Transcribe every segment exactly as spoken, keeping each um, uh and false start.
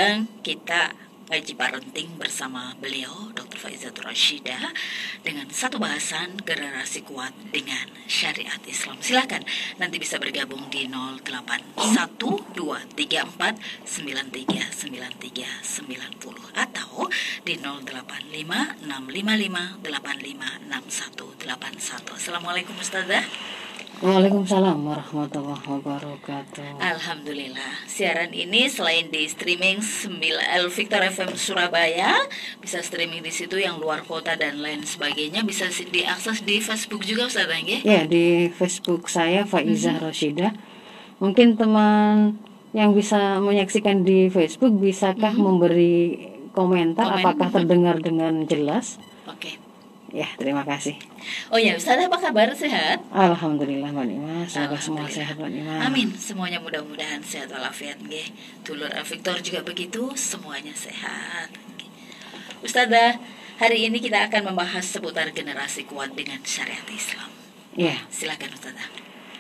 sedang kita ngaji parenting bersama beliau dokter Faizatul Rashidah dengan satu bahasan generasi kuat dengan syariat Islam. Silakan nanti bisa bergabung di nol delapan satu dua tiga empat sembilan tiga sembilan tiga sembilan nol atau di nol delapan lima enam lima lima delapan lima enam satu delapan satu. Assalamualaikum Ustazah. Waalaikumsalam warahmatullahi wabarakatuh. Alhamdulillah, siaran ini selain di streaming El Victor F M Surabaya, bisa streaming di situ yang luar kota dan lain sebagainya, bisa diakses di Facebook juga Ustaz Angge? Ya, di Facebook saya Faizah mm-hmm. Rashidah. Mungkin teman yang bisa menyaksikan di Facebook bisakah mm-hmm. memberi komentar Komen. apakah terdengar dengan jelas? Oke. Okay. Ya, terima kasih. Oh ya, Ustaz, apa kabar? Sehat? Alhamdulillah, Mbak Nima. Semoga semua sehat, Mbak Nima. Amin. Semuanya mudah-mudahan sehat walafiat, nggih. Dulur Victor juga begitu, semuanya sehat. Ustazah, hari ini kita akan membahas seputar generasi kuat dengan syariat Islam. Ya. Silakan Ustazah.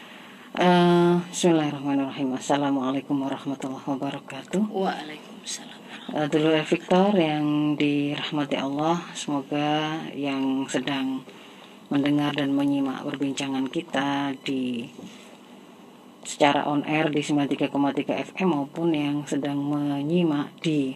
Uh, Bismillahirrahmanirrahim. Assalamualaikum warahmatullahi wabarakatuh. Waalaikumsalam. Uh, dulu Victor yang dirahmati Allah, semoga yang sedang mendengar dan menyimak perbincangan kita di secara on air di sembilan puluh tiga koma tiga F M maupun yang sedang menyimak di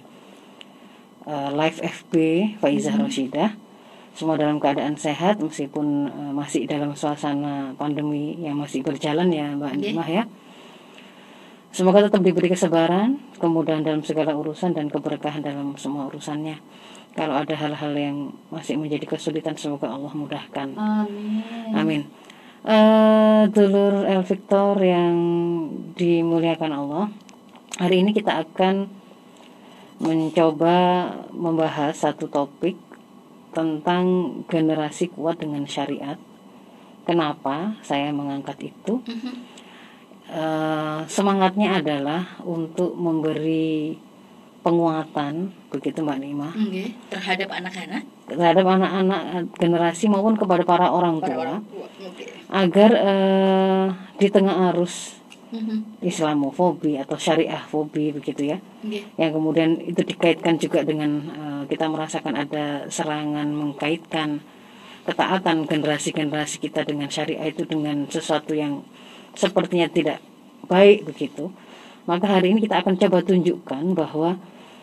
uh, live F B Faizah mm-hmm. Rashidah, semua dalam keadaan sehat meskipun uh, masih dalam suasana pandemi yang masih berjalan ya Mbak okay. Nimah ya. Semoga tetap diberi kesabaran, kemudahan dalam segala urusan dan keberkahan dalam semua urusannya. Kalau ada hal-hal yang masih menjadi kesulitan, semoga Allah mudahkan. Amin. Amin. Uh, dulur El Victor yang dimuliakan Allah, hari ini kita akan mencoba membahas satu topik tentang generasi kuat dengan syariat. Kenapa saya mengangkat itu? Mm-hmm. Uh, semangatnya adalah untuk memberi penguatan, begitu Mbak Nima, okay. terhadap anak-anak, terhadap anak-anak generasi maupun kepada para orang tua, para orang tua. Okay. agar uh, di tengah arus mm-hmm. Islamofobi atau syariahfobi begitu ya, okay. yang kemudian itu dikaitkan juga dengan uh, kita merasakan ada serangan mengkaitkan ketaatan generasi-generasi kita dengan syariah itu dengan sesuatu yang sepertinya tidak baik begitu. Maka hari ini kita akan coba tunjukkan bahwa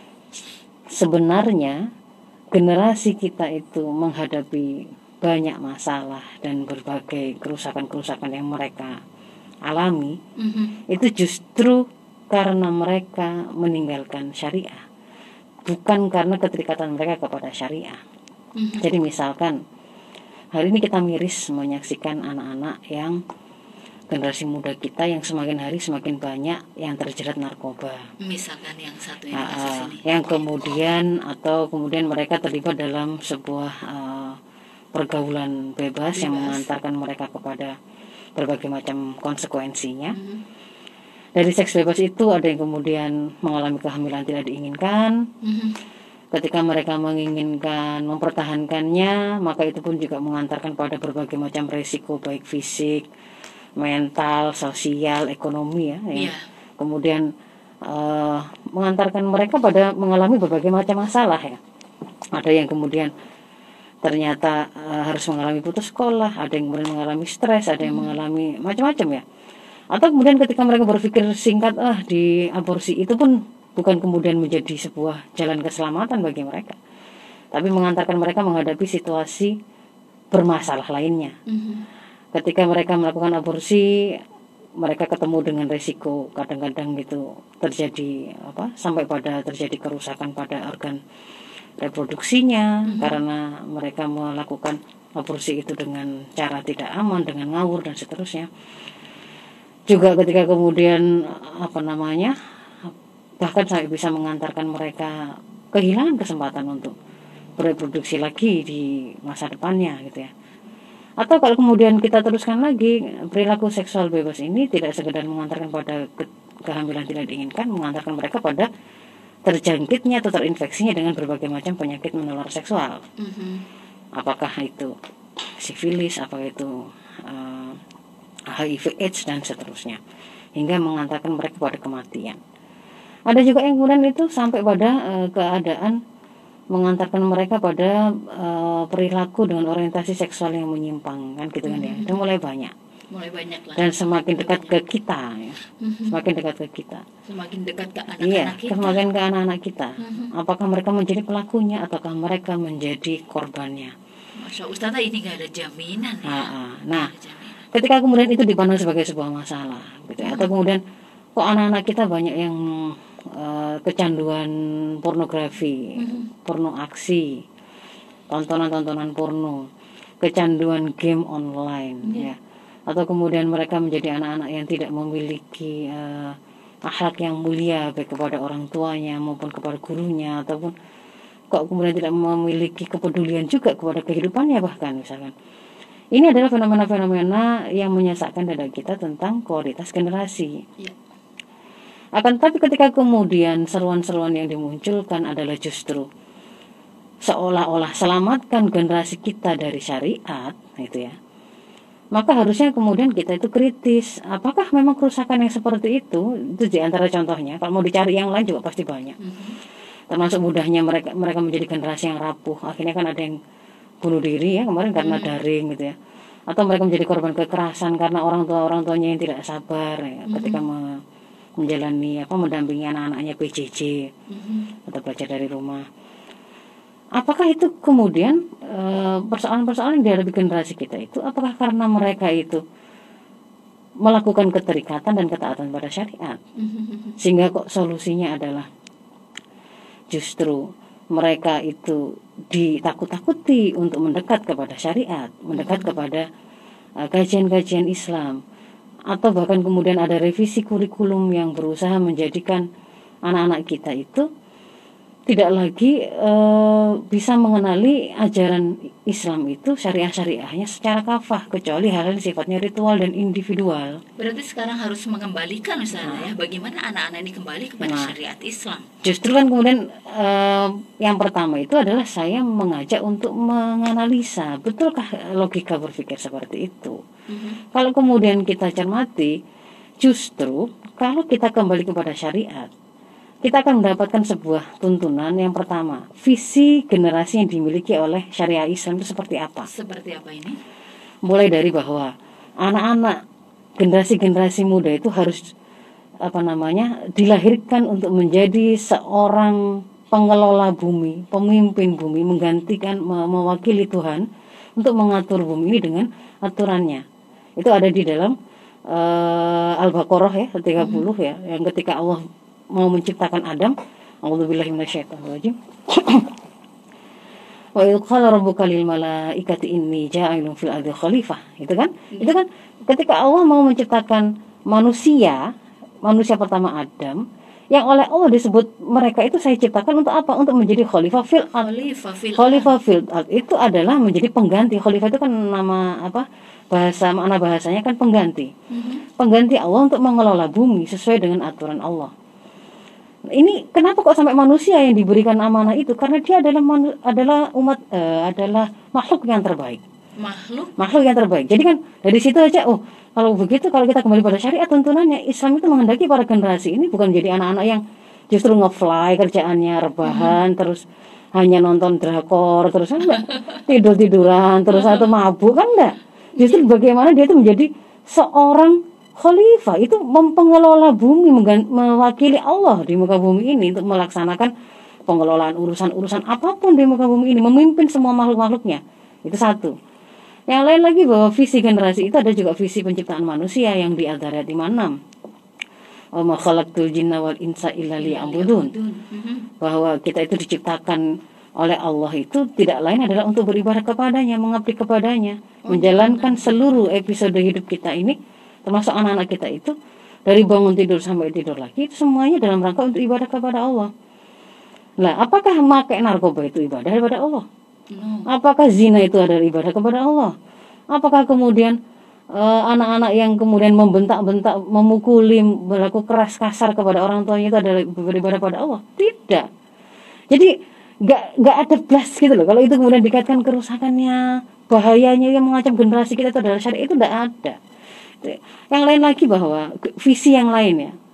sebenarnya generasi kita itu menghadapi banyak masalah dan berbagai kerusakan-kerusakan yang mereka alami, mm-hmm. itu justru karena mereka meninggalkan syariah, bukan karena keterikatan mereka kepada syariah. Mm-hmm. Jadi misalkan hari ini kita miris menyaksikan anak-anak yang generasi muda kita yang semakin hari semakin banyak yang terjerat narkoba. Misalkan yang satu yang uh, kasus ini. Yang kemudian atau kemudian mereka terlibat dalam sebuah uh, pergaulan bebas, bebas yang mengantarkan mereka kepada berbagai macam konsekuensinya. Mm-hmm. Dari seks bebas itu ada yang kemudian mengalami kehamilan tidak diinginkan. Mm-hmm. Ketika mereka menginginkan mempertahankannya, maka itu pun juga mengantarkan pada berbagai macam resiko baik fisik, mental, sosial, ekonomi ya, ya. Yeah. Kemudian uh, mengantarkan mereka pada mengalami berbagai macam masalah ya. Ada yang kemudian ternyata uh, harus mengalami putus sekolah, ada yang kemudian mengalami stres, ada yang hmm. mengalami macam-macam ya. Atau kemudian ketika mereka berpikir singkat ah di aborsi, itu pun bukan kemudian menjadi sebuah jalan keselamatan bagi mereka, tapi mengantarkan mereka menghadapi situasi bermasalah lainnya. Hmm. Ketika mereka melakukan aborsi, mereka ketemu dengan resiko kadang-kadang gitu terjadi apa sampai pada terjadi kerusakan pada organ reproduksinya, mm-hmm. karena mereka melakukan aborsi itu dengan cara tidak aman, dengan ngawur dan seterusnya. Juga ketika kemudian apa namanya bahkan sampai bisa mengantarkan mereka kehilangan kesempatan untuk bereproduksi lagi di masa depannya gitu ya. Atau kalau kemudian kita teruskan lagi, perilaku seksual bebas ini tidak sekedar mengantarkan pada ke- kehamilan tidak diinginkan, mengantarkan mereka pada terjangkitnya atau terinfeksinya dengan berbagai macam penyakit menular seksual. Mm-hmm. Apakah itu sifilis, apakah itu uh, H I V AIDS dan seterusnya, hingga mengantarkan mereka pada kematian. Ada juga yang kemudian itu sampai pada uh, keadaan mengantarkan mereka pada uh, perilaku dengan orientasi seksual yang menyimpang, kan gitu kan ya. Itu mulai banyak. Mulai banyak lah. Dan semakin dekat banyak. ke kita ya. Semakin dekat ke kita. Semakin dekat ke anak-anak iya, kita. Semakin ke anak-anak kita. Apakah mereka menjadi pelakunya ataukah mereka menjadi korbannya? Masya Ustazah, ini gak ada jaminan ya. Nah, nah jaminan. Ketika kemudian itu dipandang sebagai sebuah masalah gitu ya. Atau kemudian kok anak-anak kita banyak yang uh, kecanduan pornografi, mm-hmm. porno aksi, tontonan-tontonan porno, kecanduan game online, mm-hmm. ya, atau kemudian mereka menjadi anak-anak yang tidak memiliki uh, akhlak yang mulia baik kepada orang tuanya maupun kepada gurunya, ataupun kok kemudian tidak memiliki kepedulian juga kepada kehidupannya bahkan misalkan. Ini adalah fenomena-fenomena yang menyesakkan dada kita tentang kualitas generasi. Ya. Akan tetapi ketika kemudian seruan-seruan yang dimunculkan adalah justru seolah-olah selamatkan generasi kita dari syariat, gitu ya. Maka harusnya kemudian kita itu kritis. Apakah memang kerusakan yang seperti itu? Itu di antara contohnya. Kalau mau dicari yang lain juga pasti banyak. Mm-hmm. Termasuk mudahnya mereka mereka menjadi generasi yang rapuh. Akhirnya kan ada yang bunuh diri ya kemarin karena hmm. daring gitu ya, atau mereka menjadi korban kekerasan karena orang tua orang tuanya yang tidak sabar ya, hmm. ketika me, menjalani apa mendampingi anak-anaknya P J J hmm. atau belajar dari rumah. Apakah itu kemudian e, persoalan-persoalan yang dihadapi generasi kita itu apakah karena mereka itu melakukan keterikatan dan ketaatan pada syariat, hmm. sehingga kok solusinya adalah justru mereka itu ditakut-takuti untuk mendekat kepada syariat, mendekat kepada uh, kajian-kajian Islam, atau bahkan kemudian ada revisi kurikulum yang berusaha menjadikan anak-anak kita itu tidak lagi uh, bisa mengenali ajaran Islam itu syariah-syariahnya secara kafah, kecuali hal-hal sifatnya ritual dan individual. Berarti sekarang harus mengembalikan misalnya nah. ya, bagaimana anak-anak ini kembali kepada nah, syariat Islam. Justru kan kemudian uh, yang pertama itu adalah saya mengajak untuk menganalisa betulkah logika berpikir seperti itu. Mm-hmm. Kalau kemudian kita cermati, justru kalau kita kembali kepada syariat, kita akan mendapatkan sebuah tuntunan. Yang pertama, visi generasi yang dimiliki oleh syariah Islam itu seperti apa? Seperti apa ini? Mulai dari bahwa anak-anak generasi-generasi muda itu harus apa namanya dilahirkan untuk menjadi seorang pengelola bumi, pemimpin bumi, menggantikan, mewakili Tuhan untuk mengatur bumi ini dengan aturannya. Itu ada di dalam uh, Al-Baqarah ya tiga puluh hmm. ya, yang ketika Allah mau menciptakan Adam, a'udzubillahi minasyaitonirrajim. Wa idh qala rabbuka lil malaikati inni ja'ilun fil ardi khalifah. Itu kan? Hmm. Itu kan ketika Allah mau menciptakan manusia, manusia pertama Adam, yang oleh Allah disebut mereka itu saya ciptakan untuk apa? Untuk menjadi khalifah fil ard. Khalifah fil ard. Khalifah fil ard itu adalah menjadi pengganti. Khalifah itu kan nama apa? Bahasa makna bahasanya kan pengganti. Mm-hmm. Pengganti Allah untuk mengelola bumi sesuai dengan aturan Allah. Ini kenapa kok sampai manusia yang diberikan amanah itu? Karena dia adalah manu, adalah umat uh, adalah makhluk yang terbaik. Makhluk makhluk yang terbaik. Jadi kan dari situ aja, oh kalau begitu, kalau kita kembali pada syariat, tuntunannya Islam itu menghendaki para generasi ini bukan jadi anak-anak yang justru nge-fly kerjaannya rebahan, hmm. terus hanya nonton drakor, terus enggak tidur-tiduran, terus atau mabuk, kan enggak. Justru bagaimana dia itu menjadi seorang khalifah, itu mempengelola bumi, mewakili Allah di muka bumi ini untuk melaksanakan pengelolaan urusan-urusan apapun di muka bumi ini, memimpin semua makhluk-makhluknya. Itu satu. Yang lain lagi bahwa visi generasi itu ada juga visi penciptaan manusia yang di Al-Dariyat lima puluh enam. Wa ma khalaqtul jinna wal insa illa liya'budun. Bahwa kita itu diciptakan oleh Allah itu tidak lain adalah untuk beribadah kepadanya, mengabdi kepadanya, menjalankan seluruh episode hidup kita ini, termasuk anak-anak kita itu, dari bangun tidur sampai tidur lagi, itu semuanya dalam rangka untuk ibadah kepada Allah. Nah, apakah memakai narkoba itu ibadah kepada Allah? Apakah zina itu adalah ibadah kepada Allah? Apakah kemudian uh, anak-anak yang kemudian membentak-bentak, memukuli, berlaku keras kasar kepada orang tuanya itu adalah beribadah pada Allah? Tidak. Jadi gak, gak ada blas gitu loh. Kalau itu kemudian dikaitkan kerusakannya, bahayanya yang mengancam generasi kita itu adalah syariat, itu tidak ada. Yang lain lagi bahwa visi yang lain ya,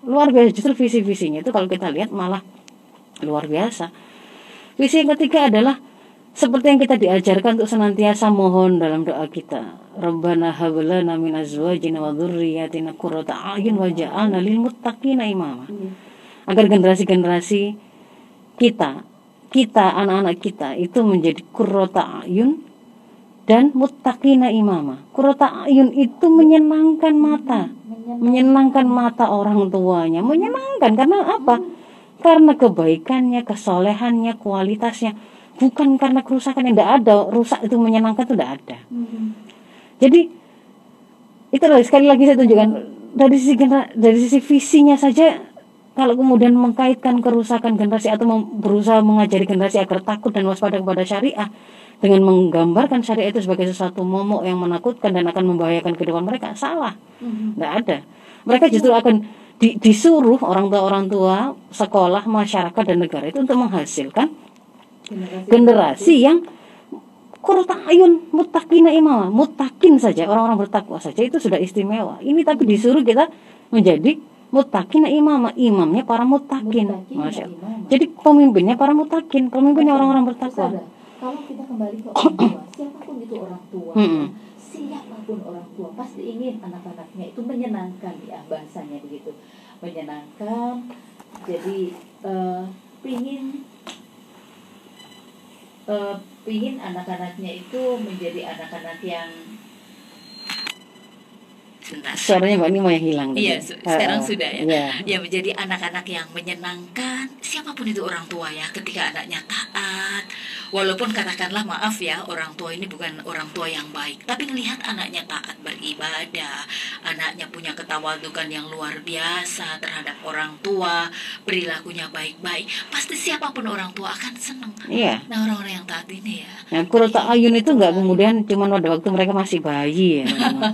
luar biasa. Justru visi-visinya itu kalau kita lihat malah luar biasa. Visi yang ketiga adalah seperti yang kita diajarkan untuk senantiasa mohon dalam doa kita. Rabbana hab lana min azwajina wa dzurriyyatina qurrata a'yun waj'alna lil muttaqina imama. Agar generasi-generasi kita, kita anak-anak kita itu menjadi qurrata a'yun dan muttaqina imama. Qurrata a'yun itu menyenangkan mata, menyenangkan mata orang tuanya, menyenangkan karena apa? Karena kebaikannya, kesolehannya, kualitasnya. Bukan karena kerusakan yang tidak ada. Rusak itu menyenangkan itu tidak ada. Mm-hmm. Jadi itu loh, sekali lagi saya tunjukkan dari sisi dari sisi visinya saja. Kalau kemudian mengkaitkan kerusakan generasi atau berusaha mengajari generasi agar takut dan waspada kepada syariah dengan menggambarkan syariah itu sebagai sesuatu momok yang menakutkan dan akan membahayakan kehidupan mereka, salah. Mm-hmm. Tidak ada. Mereka justru akan di, disuruh orang tua orang tua, sekolah, masyarakat dan negara itu untuk menghasilkan generasi, generasi yang qurrata a'yun muttaqina imama. Muttaqin saja, orang-orang bertakwa saja itu sudah istimewa. Ini tapi disuruh kita menjadi muttaqina imama, imamnya para muttaqin. Masya Allah. Jadi pemimpinnya para muttaqin, pemimpinnya orang-orang bertakwa. Kalau kita kembali ke orang tua, siapapun itu orang tua, hmm. siapapun orang tua pasti ingin anak-anaknya itu menyenangkan, ya bahasanya begitu, menyenangkan. Jadi uh, pingin Uh, pingin anak-anaknya itu menjadi anak-anak yang Sebentar. Suaranya Mbak Nima yang hilang. Iya, su- sekarang uh, sudah ya. Yeah. Ya menjadi anak-anak yang menyenangkan. Siapapun itu orang tua ya, ketika anaknya taat. Walaupun katakanlah maaf ya, orang tua ini bukan orang tua yang baik, tapi melihat anaknya taat beribadah, anaknya punya ketawadukan yang luar biasa terhadap orang tua, perilakunya baik-baik, pasti siapapun orang tua akan senang. Iya. Nah orang-orang yang taat ini ya. Nah, qurrata a'yun itu nggak kemudian cuma pada waktu mereka masih bayi ya.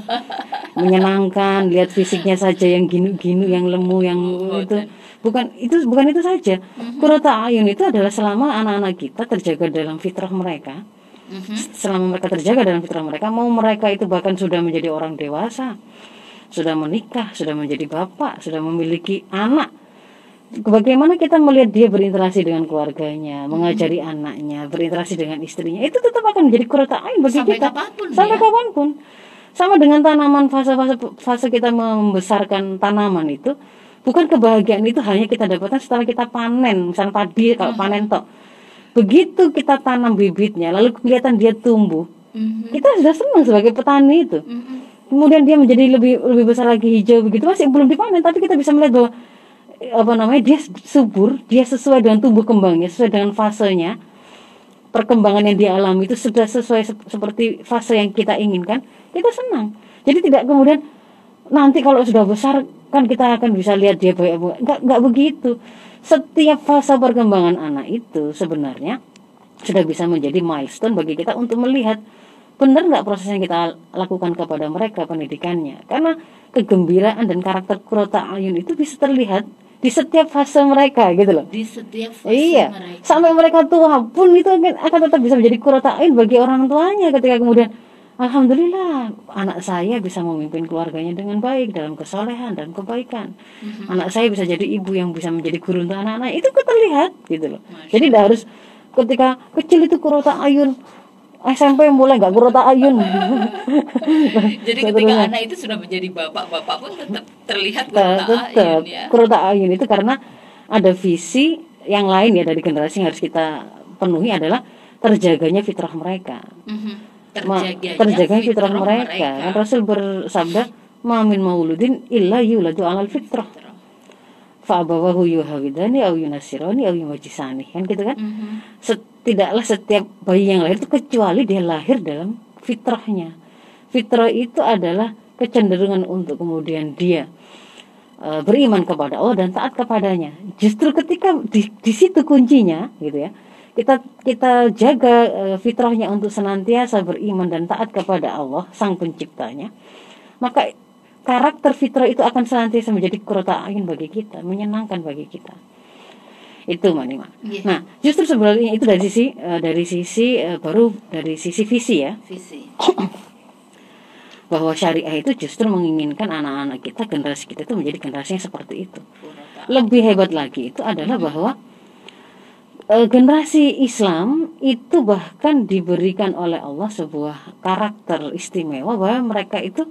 Menyenangkan, lihat fisiknya saja yang ginu-ginu, yang lemu, yang oh, itu dan. bukan itu bukan itu saja. Mm-hmm. Qurrata a'yun itu adalah selama anak-anak kita terjaga dalam fitrah mereka. Mm-hmm. Selama mereka terjaga dalam fitrah mereka, mau mereka itu bahkan sudah menjadi orang dewasa, sudah menikah, sudah menjadi bapak, sudah memiliki anak. Bagaimana kita melihat dia berinteraksi dengan keluarganya, mm-hmm. mengajari anaknya, berinteraksi dengan istrinya, itu tetap akan menjadi qurrata a'yun bagi sampai kita kapanpun, sampai ya? kapanpun. Sama dengan tanaman, fase-fase fase kita membesarkan tanaman itu, bukan kebahagiaan itu hanya kita dapatkan setelah kita panen, misalnya padi kalau mm-hmm. panen tok. Begitu kita tanam bibitnya, lalu kelihatan dia tumbuh, mm-hmm. kita sudah senang sebagai petani itu. Mm-hmm. Kemudian dia menjadi lebih lebih besar lagi, hijau begitu, masih belum dipanen, tapi kita bisa melihat bahwa apa namanya dia subur, dia sesuai dengan tumbuh kembangnya, sesuai dengan fasenya. Perkembangan yang dia alami itu sudah sesuai se- seperti fase yang kita inginkan, kita senang. Jadi tidak kemudian nanti kalau sudah besar kan kita akan bisa lihat dia baik, enggak enggak begitu. Setiap fase perkembangan anak itu sebenarnya sudah bisa menjadi milestone bagi kita untuk melihat benar enggak proses yang kita lakukan kepada mereka pendidikannya. Karena kegembiraan dan karakter qurrata a'yun itu bisa terlihat di setiap fase mereka gitu loh. Di setiap fase iya. mereka. Sampai mereka tua pun itu akan, akan tetap bisa menjadi qurrata a'yun bagi orang tuanya ketika kemudian alhamdulillah anak saya bisa memimpin keluarganya dengan baik dalam kesolehan dan kebaikan. Mm-hmm. Anak saya bisa jadi ibu yang bisa menjadi guru untuk anak-anak. Itu terlihat gitu loh. Masya. Jadi tidak harus ketika kecil itu qurrata a'yun, S M P mulai nggak qurrata a'yun. Jadi ketika anak itu sudah menjadi bapak-bapak pun tetap terlihat qurrata a'yun ya. Qurrata a'yun itu karena ada visi yang lain ya dari generasi yang harus kita penuhi adalah terjaganya fitrah mereka. Mm-hmm. Terjaganya, terjaganya fitrah, fitrah mereka. mereka. Rasul bersabda, "Ma min mauludin illa yuladu 'alal fitrah." Fa abawahu yuhawidani aw yunasirani aw yumajisani. Kan gitu kan? Mm-hmm. Tidaklah setiap bayi yang lahir itu kecuali dia lahir dalam fitrahnya. Fitrah itu adalah kecenderungan untuk kemudian dia e, beriman kepada Allah dan taat kepadanya. Justru ketika di, di situ kuncinya, gitu ya. Kita kita jaga e, fitrahnya untuk senantiasa beriman dan taat kepada Allah Sang Penciptanya. Maka karakter fitrah itu akan senantiasa menjadi qurrata a'yun bagi kita, menyenangkan bagi kita. Itu Mbak Nima. Yeah. Nah, justru sebenarnya itu dari sisi uh, dari sisi uh, baru dari sisi visi ya. Visi. bahwa syariah itu justru menginginkan anak-anak kita, generasi kita itu menjadi generasi yang seperti itu. Lebih hebat lagi itu adalah bahwa e, generasi Islam itu bahkan diberikan oleh Allah sebuah karakter istimewa bahwa mereka itu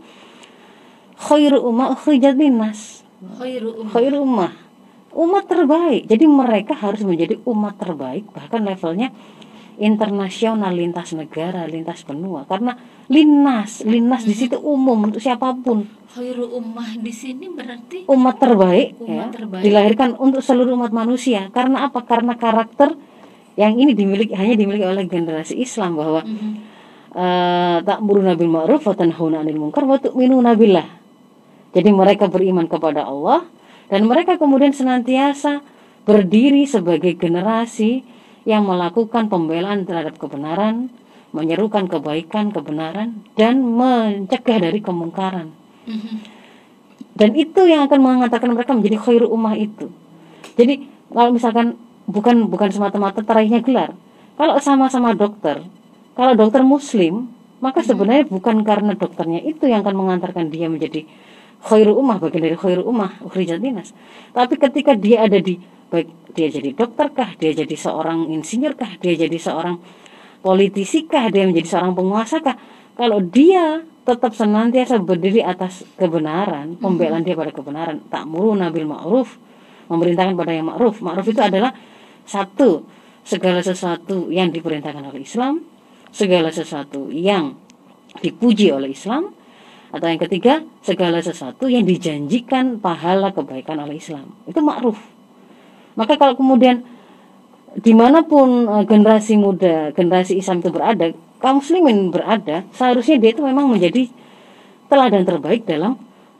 khairu ummah ukhrijat linnas. Khairu ummah. Khairu ummah. Umat terbaik. Jadi mereka harus menjadi umat terbaik, bahkan levelnya internasional, lintas negara, lintas benua. Karena linnas, linnas di situ umum untuk siapapun. Khairu ummah di sini berarti Umat terbaik, umat ya, terbaik. dilahirkan untuk seluruh umat manusia. Karena apa? Karena karakter yang ini dimiliki hanya dimiliki oleh generasi Islam, bahwa Mhm. eh, ta'muruna bil ma'ruf wa tanhauna 'anil munkar wa tu'minuna billah. Jadi mereka beriman kepada Allah dan mereka kemudian senantiasa berdiri sebagai generasi yang melakukan pembelaan terhadap kebenaran, menyerukan kebaikan, kebenaran, dan mencegah dari kemungkaran. Mhm. Dan itu yang akan mengantarkan mereka menjadi khairu ummah itu. Jadi kalau misalkan bukan bukan semata-mata teraihnya gelar. Kalau sama-sama dokter, kalau dokter muslim, maka sebenarnya bukan karena dokternya itu yang akan mengantarkan dia menjadi khairu ummah, bagian dari khairu ummah ukhrijat linnas. Tapi ketika dia ada di, baik dia jadi dokter kah, dia jadi seorang insinyur kah, dia jadi seorang politisi kah, dia menjadi seorang penguasa kah, kalau dia tetap senantiasa berdiri atas kebenaran, pembelaan dia pada kebenaran, ta'muruna bil ma'ruf, memerintahkan pada yang ma'ruf. Ma'ruf itu adalah satu, segala sesuatu yang diperintahkan oleh Islam, segala sesuatu yang dipuji oleh Islam, atau yang ketiga, segala sesuatu yang dijanjikan pahala kebaikan oleh Islam. Itu ma'ruf. Maka kalau kemudian dimanapun uh, generasi muda, generasi Islam itu berada, kaum muslimin berada, seharusnya dia itu memang menjadi teladan terbaik dalam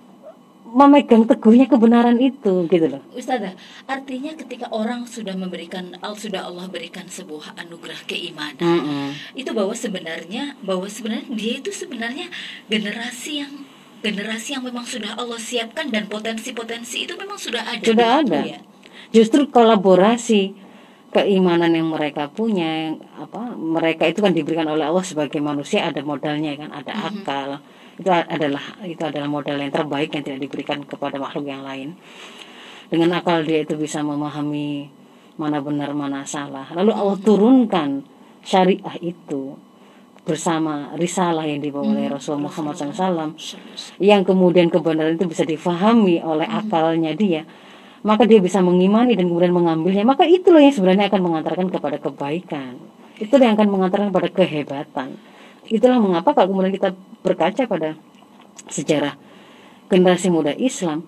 memegang teguhnya kebenaran itu, gitu loh. Ustazah, artinya ketika orang sudah memberikan, al sudah Allah berikan sebuah anugerah keimanan, Mm-mm. itu bahwa sebenarnya bahwa sebenarnya dia itu sebenarnya generasi yang generasi yang memang sudah Allah siapkan dan potensi-potensi itu memang sudah ada. Sudah begitu ada. Ya? Justru kolaborasi keimanan yang mereka punya, yang apa, mereka itu kan diberikan oleh Allah sebagai manusia, ada modalnya kan, ada Mhm. akal. Itu adalah itu adalah modal yang terbaik yang tidak diberikan kepada makhluk yang lain. Dengan akal dia itu bisa memahami mana benar mana salah. Lalu Allah turunkan syariah itu bersama risalah yang dibawa oleh Rasulullah Muhammad shallallahu alaihi wasallam, yang kemudian kebenaran itu bisa difahami oleh akalnya dia, maka dia bisa mengimani dan kemudian mengambilnya. Maka itulah yang sebenarnya akan mengantarkan kepada kebaikan. Itulah yang akan mengantarkan kepada kehebatan. Itulah mengapa kalau kemudian kita berkaca pada sejarah generasi muda Islam,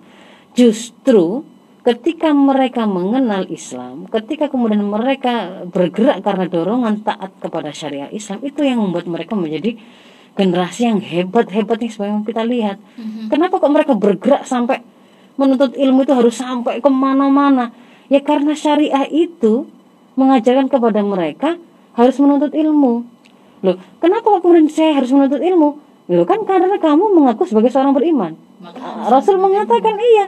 justru ketika mereka mengenal Islam, ketika kemudian mereka bergerak karena dorongan taat kepada syariah Islam, itu yang membuat mereka menjadi generasi yang hebat-hebat yang sebagaimana kita lihat. Mhm. Kenapa kok mereka bergerak sampai menuntut ilmu itu harus sampai kemana-mana? Ya karena syariah itu mengajarkan kepada mereka harus menuntut ilmu. Loh, kenapa kok kemudian saya harus menuntut ilmu? Loh, kan karena kamu mengaku sebagai seorang beriman. Maka Uh, Rasul mengatakan iya,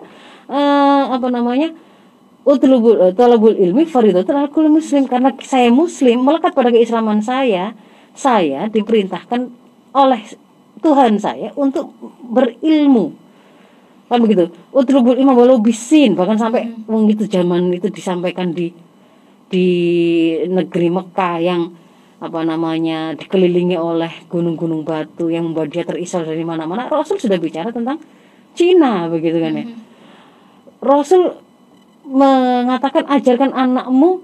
uh, apa namanya, utlubul uh, talabul ilmi fardhatun 'ala kulli muslim. Karena saya muslim, melekat pada keislaman saya, saya diperintahkan oleh Tuhan saya untuk berilmu. Kan begitu. Utlubul ilma walau bisin, bahkan sampai Hmm. wong itu zaman itu disampaikan di di negeri Mekah yang apa namanya dikelilingi oleh gunung-gunung batu yang membuat dia terisol dari mana-mana. Rasul sudah bicara tentang Cina, begitu kan ya. Mhm. Rasul mengatakan ajarkan anakmu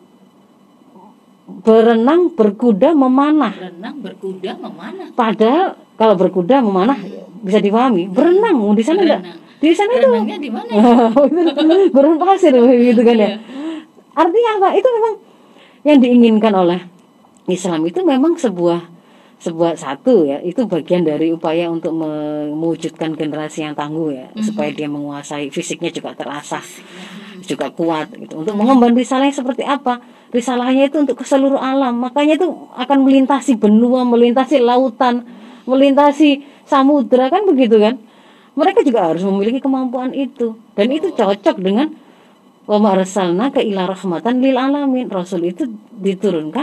berenang, berkuda, memanah. Berenang, berkuda, memanah. Padahal kalau berkuda memanah bisa dipahami. Berenang di sana enggak? Berenang. Di sana itu Berenangnya di mana? gurun pasir gitu kan ya. Artinya apa? Itu memang yang diinginkan oleh Islam itu memang sebuah sebuah satu ya, itu bagian dari upaya untuk mewujudkan generasi yang tangguh ya, Mhm. supaya dia menguasai fisiknya juga terasah, Mhm. juga kuat gitu. Untuk mengemban risalahnya seperti apa? Risalahnya itu untuk ke seluruh alam. Makanya itu akan melintasi benua, melintasi lautan, melintasi samudra, kan begitu kan? Mereka juga harus memiliki kemampuan itu. Dan itu cocok dengan wa ma arsalnaka ila rahmatan lil alamin. Rasul itu diturunkan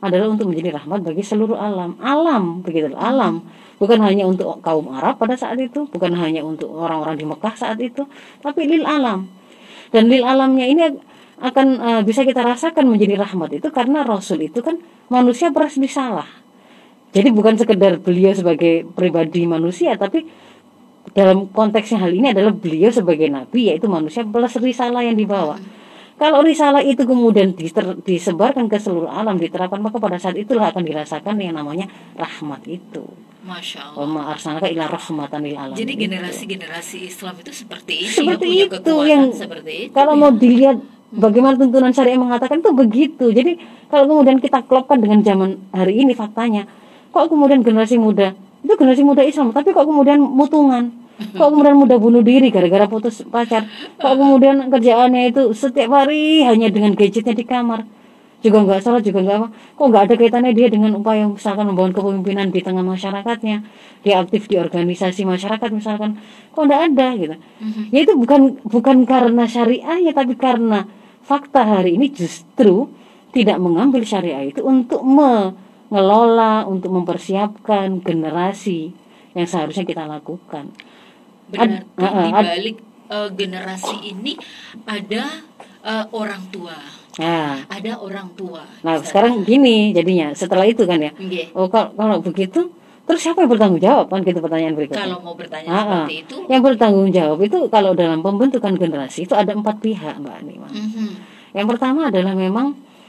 adalah untuk menjadi rahmat bagi seluruh alam. Alam, begitu, alam. Bukan hanya untuk kaum Arab pada saat itu, bukan hanya untuk orang-orang di Mekah saat itu, tapi lil alam. Dan lil alamnya ini akan uh, bisa kita rasakan menjadi rahmat itu karena Rasul itu kan manusia berasli salah. Jadi bukan sekedar beliau sebagai pribadi manusia, tapi dalam konteksnya hal ini adalah beliau sebagai nabi, yaitu manusia plus risalah yang dibawa. Kalau risalah itu kemudian disebarkan ke seluruh alam, diterapkan, maka pada saat itulah akan dirasakan yang namanya rahmat itu. Masya Allah. Wa ma arsalnaka illa rahmatan lil alamin. Jadi generasi-generasi Islam itu seperti ini, seperti ya, punya itu kekuatan yang seperti itu. Kalau ya. mau dilihat bagaimana tuntunan syariah mengatakan itu begitu. Jadi kalau kemudian kita klopkan dengan zaman hari ini, faktanya kok kemudian generasi muda itu generasi muda Islam, tapi kok kemudian mutungan. Kok kemudian mudah bunuh diri gara-gara putus pacar. Kok kemudian kerjaannya itu setiap hari hanya dengan gadgetnya di kamar, juga nggak salah, juga nggak apa. Kok nggak ada kaitannya dia dengan upaya misalkan membangun kepemimpinan di tengah masyarakatnya, dia aktif di organisasi masyarakat misalkan. Kok nggak ada gitu. Ya itu bukan bukan karena syariah ya, tapi karena fakta hari ini justru tidak mengambil syariah itu untuk mengelola, untuk mempersiapkan generasi yang seharusnya kita lakukan. Berarti Ad, uh, di ad, balik uh, generasi ini ada uh, orang tua. Nah, ada orang tua. Nah, misalnya. Sekarang gini jadinya setelah itu kan ya. Okay. Oh, kalau, kalau begitu terus siapa yang bertanggung jawab kan, gitu pertanyaan berikutnya. Kalau mau bertanya ah, seperti ah. itu, yang bertanggung jawab itu kalau dalam pembentukan generasi itu ada empat pihak, Mbak Nima. Mm-hmm. Yang pertama adalah memang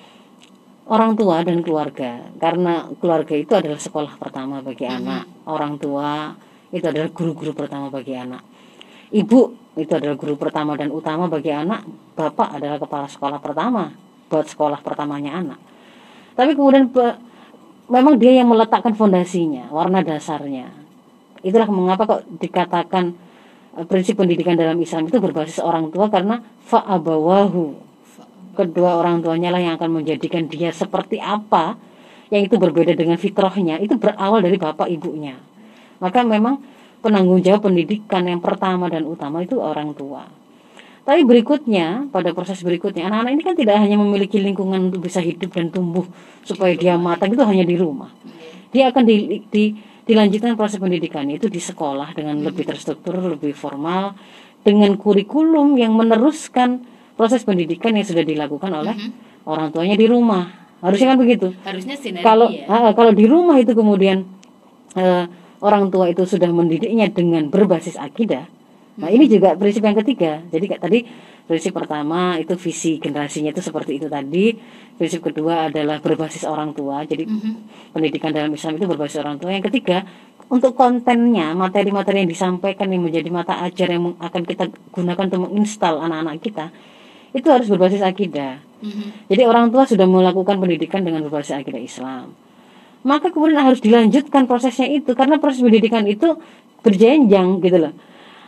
orang tua dan keluarga, karena keluarga itu adalah sekolah pertama bagi mm-hmm. anak. Orang tua itu adalah guru-guru pertama bagi anak. Ibu itu adalah guru pertama dan utama bagi anak. Bapak adalah kepala sekolah pertama buat sekolah pertamanya anak. Tapi kemudian memang dia yang meletakkan fondasinya, warna dasarnya. Itulah mengapa kok dikatakan prinsip pendidikan dalam Islam itu berbasis orang tua, karena fa'abawahu, kedua orang tuanya lah yang akan menjadikan dia seperti apa, yang itu berbeda dengan fitrahnya. Itu berawal dari bapak ibunya. Maka memang penanggung jawab pendidikan yang pertama dan utama itu orang tua. Tapi berikutnya, pada proses berikutnya, anak-anak ini kan tidak hanya memiliki lingkungan untuk bisa hidup dan tumbuh supaya dia matang, itu hanya di rumah. Dia akan di, di, dilanjutkan proses pendidikannya itu di sekolah dengan lebih terstruktur, lebih formal, dengan kurikulum yang meneruskan proses pendidikan yang sudah dilakukan oleh mm-hmm. orang tuanya di rumah. Harusnya kan begitu. Harusnya sinergi kalau, ya. uh, kalau di rumah itu kemudian uh, orang tua itu sudah mendidiknya dengan berbasis akidah. Nah, ini juga prinsip yang ketiga. Jadi kayak tadi prinsip pertama itu visi generasinya itu seperti itu tadi. Prinsip kedua adalah berbasis orang tua. Jadi mm-hmm. pendidikan dalam Islam itu berbasis orang tua. Yang ketiga, untuk kontennya, materi-materi yang disampaikan yang menjadi mata ajar yang akan kita gunakan untuk menginstal anak-anak kita, itu harus berbasis akidah. Mm-hmm. Jadi orang tua sudah melakukan pendidikan dengan berbasis akidah Islam. Maka kemudian harus dilanjutkan prosesnya itu, karena proses pendidikan itu berjenjang gitu loh.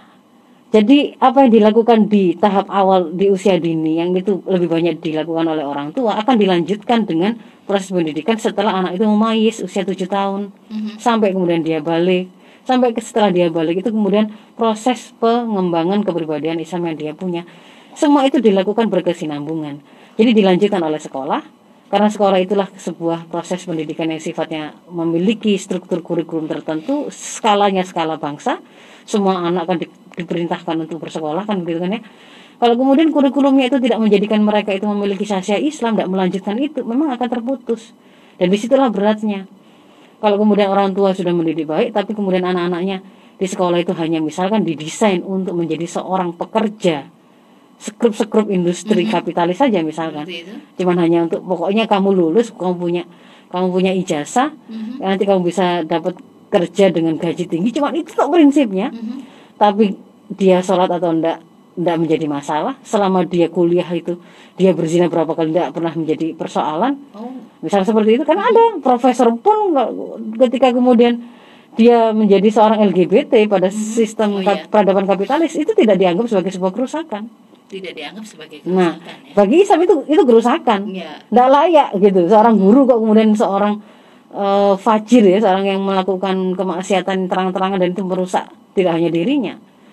Jadi apa yang dilakukan di tahap awal di usia dini yang itu lebih banyak dilakukan oleh orang tua akan dilanjutkan dengan proses pendidikan setelah anak itu memayis usia tujuh tahun mm-hmm. sampai kemudian dia balik. Sampai setelah dia balik itu kemudian proses pengembangan kepribadian Islam yang dia punya. Semua itu dilakukan berkesinambungan. Jadi dilanjutkan oleh sekolah. Karena sekolah itulah sebuah proses pendidikan yang sifatnya memiliki struktur kurikulum tertentu, skalanya skala bangsa. Semua anak akan di, diperintahkan untuk bersekolah kan begitu kan ya. Kalau kemudian kurikulumnya itu tidak menjadikan mereka itu memiliki syariah Islam, tidak melanjutkan itu, memang akan terputus. Dan disitulah beratnya. Kalau kemudian orang tua sudah mendidik baik, tapi kemudian anak-anaknya di sekolah itu hanya misalkan didesain untuk menjadi seorang pekerja sekrup-sekrup industri mm-hmm. kapitalis saja misalkan, cuman hanya untuk pokoknya kamu lulus, kamu punya kamu punya ijazah, mm-hmm. nanti kamu bisa dapat kerja dengan gaji tinggi, cuman itu tuh prinsipnya. Mm-hmm. Tapi dia sholat atau enggak enggak menjadi masalah, selama dia kuliah itu dia berzina berapa kali enggak pernah menjadi persoalan. Oh. Misal seperti itu kan mm-hmm. ada profesor pun ketika kemudian dia menjadi seorang L G B T pada mm-hmm. sistem oh, iya. peradaban kapitalis itu tidak dianggap sebagai sebuah kerusakan. Tidak dianggap sebagai kerusakan. Nah, ya. Bagi Islam itu itu kerusakan. Ya. Nggak layak gitu. Seorang guru kok kemudian seorang uh, fajir ya, seorang yang melakukan kemaksiatan terang-terangan dan itu merusak tidak hanya dirinya,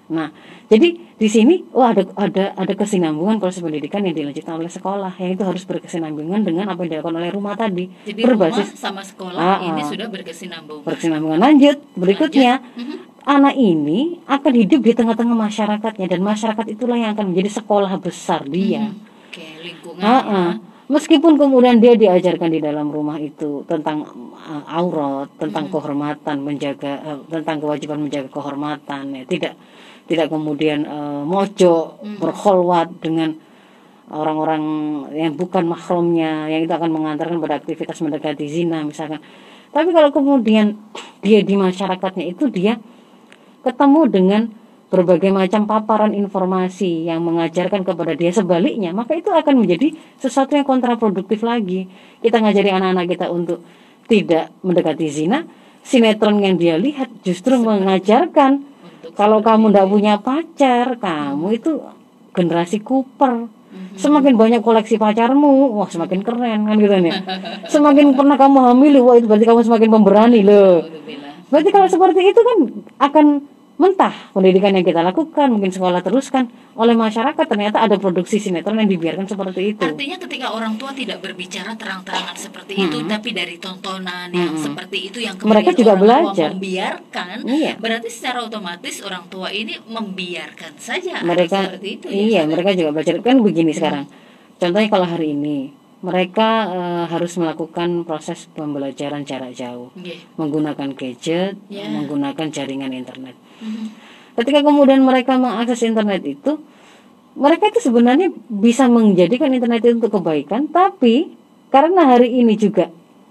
Nah, jadi di sini oh ada ada ada kesinambungan proses pendidikan yang dilanjutkan oleh sekolah, yang itu harus berkesinambungan dengan apa yang dilakukan oleh rumah tadi. Jadi berbasis rumah sama sekolah ah, ini ah, sudah berkesinambungan. berkesinambungan. Lanjut berikutnya, Mhm. anak ini akan hidup di tengah-tengah masyarakatnya, dan masyarakat itulah yang akan menjadi sekolah besar dia. Mhm. Oke, lingkungan Ah, ya. ah. Meskipun kemudian dia diajarkan di dalam rumah itu tentang uh, aurat, tentang Mhm. kehormatan, menjaga uh, tentang kewajiban menjaga kehormatan, ya, tidak tidak kemudian uh, mojok Mhm. berkholwat dengan orang-orang yang bukan mahramnya, yang itu akan mengantarkan pada aktivitas mendekati zina misalkan. Tapi kalau kemudian dia di masyarakatnya itu dia ketemu dengan berbagai macam paparan informasi yang mengajarkan kepada dia sebaliknya, maka itu akan menjadi sesuatu yang kontraproduktif lagi. Kita ngajari anak-anak kita untuk tidak mendekati zina, sinetron yang dia lihat justru Seperti- mengajarkan Untuk kalau seperti kamu tidak ini. punya pacar, kamu itu generasi Cooper. Mhm. Semakin banyak koleksi pacarmu, wah semakin keren kan gitu nih. Semakin pernah kamu hamil, wah itu berarti kamu semakin pemberani loh. Alhamdulillah. Berarti kalau seperti itu kan akan mentah pendidikan yang kita lakukan, mungkin sekolah teruskan oleh masyarakat, ternyata ada produksi sinetron yang dibiarkan seperti itu. Artinya ketika orang tua tidak berbicara terang-terangan seperti Mm-mm. itu, tapi dari tontonan yang Mm-mm. seperti itu yang kemudian Mereka juga orang belajar. tua membiarkan, Iya. berarti secara otomatis orang tua ini membiarkan saja Mereka seperti itu. ya, iya, Ustazah? mereka juga belajar kan begini sekarang. Contohnya kalau hari ini mereka eh, harus melakukan proses pembelajaran jarak jauh, Iya. menggunakan gadget, Ya. menggunakan jaringan internet. Mhm. Ketika kemudian mereka mengakses internet itu, mereka itu sebenarnya bisa menjadikan internet itu untuk kebaikan, tapi karena hari ini juga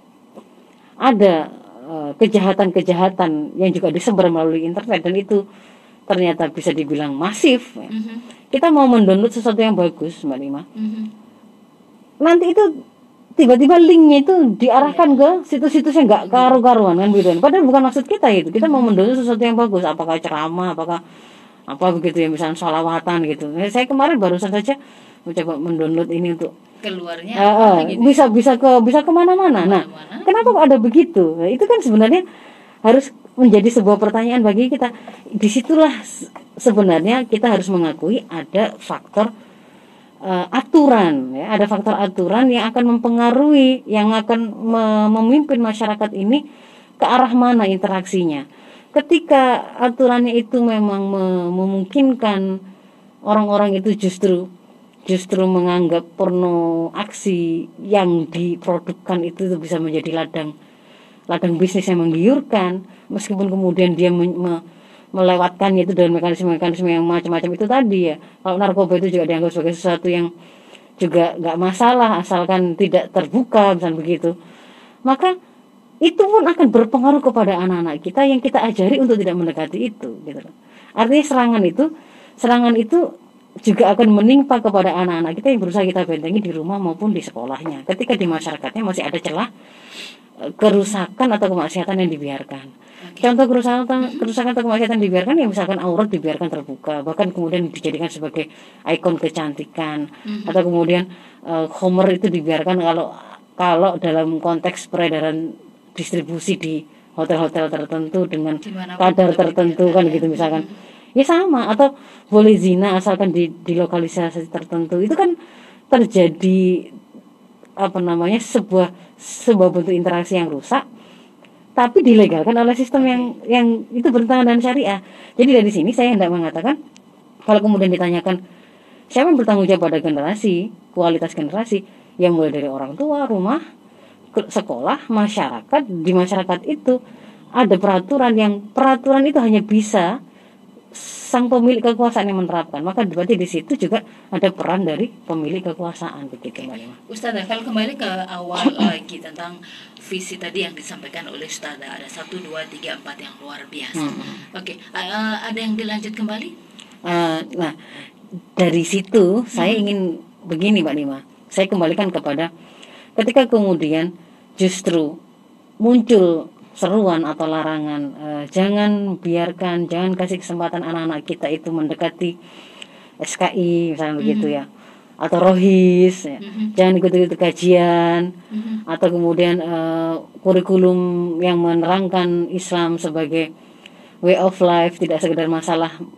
ada eh, kejahatan-kejahatan yang juga disebar melalui internet, dan itu ternyata bisa dibilang masif. Mhm. Kita mau mendownload sesuatu yang bagus, Mbak Lima, Mhm. nanti itu tiba-tiba linknya itu diarahkan ke situs-situs yang nggak karu-karuan kan gitu. Padahal bukan maksud kita itu. Kita mau mendownload sesuatu yang bagus, apakah ceramah, apakah apa begitu ya, misalnya sholawatan gitu. Eh, Saya kemarin barusan saja mencoba mendownload ini untuk Keluarnya eh, apa eh, gitu? bisa bisa ke bisa kemana-mana. Nah, Kemana-mana. kenapa kok ada begitu? Nah, itu kan sebenarnya harus menjadi sebuah pertanyaan bagi kita. Disitulah se- sebenarnya kita harus mengakui ada faktor uh, aturan, ya, ada faktor aturan yang akan mempengaruhi, yang akan me- memimpin masyarakat ini ke arah mana interaksinya. Ketika aturannya itu memang me- memungkinkan orang-orang itu justru justru menganggap porno aksi yang diprodukkan itu bisa menjadi ladang ladang bisnis yang menggiurkan, meskipun kemudian dia me- me- melewatkannya itu dengan mekanisme-mekanisme yang macam-macam itu tadi ya. Kalau narkoba itu juga dianggap sebagai sesuatu yang juga nggak masalah asalkan tidak terbuka misalnya begitu, maka itu pun akan berpengaruh kepada anak-anak kita yang kita ajari untuk tidak mendekati itu gitu. Artinya serangan itu serangan itu juga akan menimpa kepada anak-anak kita yang berusaha kita bentengi di rumah maupun di sekolahnya, ketika di masyarakatnya masih ada celah eh, kerusakan atau kemaksiatan yang dibiarkan. Contoh kerusakan kerusakan atau kemaksiatan dibiarkan ya, misalkan aurat dibiarkan terbuka, bahkan kemudian dijadikan sebagai ikon kecantikan, Mhm. atau kemudian eh, Homer itu dibiarkan kalau kalau dalam konteks peredaran distribusi di hotel-hotel tertentu dengan Dimanapun kadar tetap tertentu dibiarkan, kan ya. gitu misalkan. Ya sama, atau boleh zina asalkan di, di lokalisasi tertentu. Itu kan terjadi apa namanya sebuah sebuah bentuk interaksi yang rusak, tapi dilegalkan oleh sistem yang yang itu bertentangan dengan syariah. Jadi dari sini saya hendak mengatakan, kalau kemudian ditanyakan siapa yang bertanggung jawab pada generasi, kualitas generasi, yang mulai dari orang tua, rumah, ke- sekolah, masyarakat. Di masyarakat itu ada peraturan yang peraturan itu hanya bisa sang pemilik kekuasaan yang menerapkan. Maka berarti di situ juga ada peran dari pemilik kekuasaan begitu, Mbak Lima. Ustazah, kalau kembali ke awal lagi tentang visi tadi yang disampaikan oleh Ustazah, ada satu, dua, tiga, empat yang luar biasa. Hmm. Oke, uh, ada yang dilanjut kembali? Eh, nah, dari situ saya ingin begini, Mbak Lima. Saya kembalikan kepada ketika kemudian justru muncul seruan atau larangan, eh, jangan biarkan, jangan kasih kesempatan anak-anak kita itu mendekati S K I misalnya begitu ya, atau rohis ya. Mhm. Jangan ikut-ikut kajian, Mhm. atau kemudian eh, kurikulum yang menerangkan Islam sebagai way of life, tidak sekedar masalah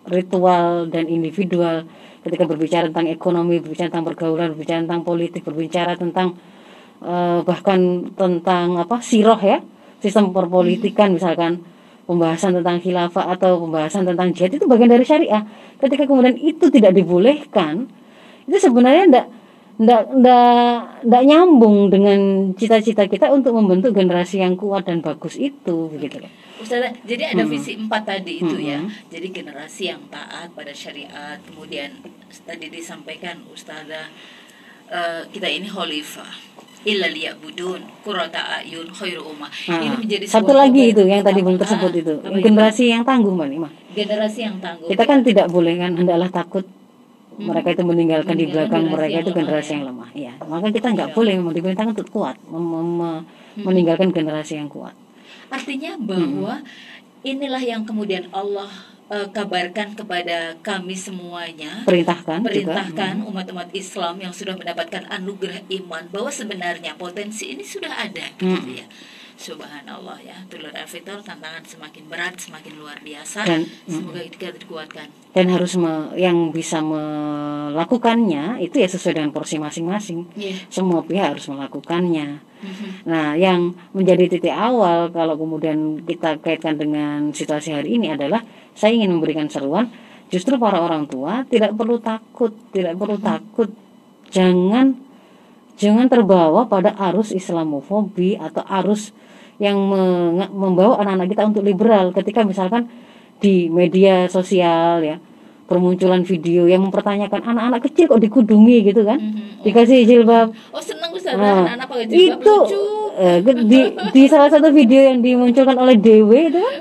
ritual dan individual. Ketika berbicara tentang ekonomi, berbicara tentang pergaulan, berbicara tentang politik, berbicara tentang uh, bahkan tentang apa sirah ya, sistem perpolitikan misalkan pembahasan tentang khilafah atau pembahasan tentang jihad itu bagian dari syariah. Ketika kemudian itu tidak dibolehkan, itu sebenarnya tidak tidak tidak tidak nyambung dengan cita-cita kita untuk membentuk generasi yang kuat dan bagus itu, begitu. Ustazah, jadi ada Hmm. visi empat tadi itu Hmm. ya. Jadi generasi yang taat pada syariat, kemudian tadi disampaikan Ustazah, uh, kita ini khalifah. Illa liya'budun qurrata a'yun khairu ummah. Nah, Ini menjadi satu sebuah lagi kabar itu yang tadi utama. belum tersebut Ah, itu apa itu? generasi yang tangguh, Mbak Nima. Generasi yang tangguh. Kita kan tidak boleh kan hendaklah takut mereka itu meninggalkan di Meninggalkan belakang generasi mereka yang itu lemah, generasi ya. yang lemah. Ya, maka kita nggak boleh diperintahkan untuk kuat mem- mem- meninggalkan generasi yang kuat. Artinya bahwa inilah yang kemudian Allah uh, kabarkan kepada kami semuanya, Perintahkan, perintahkan juga. umat-umat Islam yang sudah mendapatkan anugerah iman bahwa sebenarnya potensi ini sudah ada, Hmm. gitu ya. Subhanallah ya, Tulur Al-Fitor, tantangan semakin berat, semakin luar biasa. Dan- Semoga kita dikuatkan. Dan harus me- yang bisa melakukannya itu ya sesuai dengan porsi masing-masing. Iya. Semua pihak harus melakukannya. Mhm. Nah, yang menjadi titik awal kalau kemudian kita kaitkan dengan situasi hari ini adalah saya ingin memberikan seruan justru para orang tua tidak perlu takut, tidak perlu takut. Jangan jangan terbawa pada arus Islamofobi atau arus yang menge- membawa anak-anak kita untuk liberal ketika misalkan di media sosial ya bermunculan video yang mempertanyakan anak-anak kecil kok dikudungi gitu kan, Mhm. dikasih jilbab. Oh, senang Ustazah, Nah, anak-anak pakai jilbab itu lucu. eh, di di salah satu video yang dimunculkan oleh D W itu kan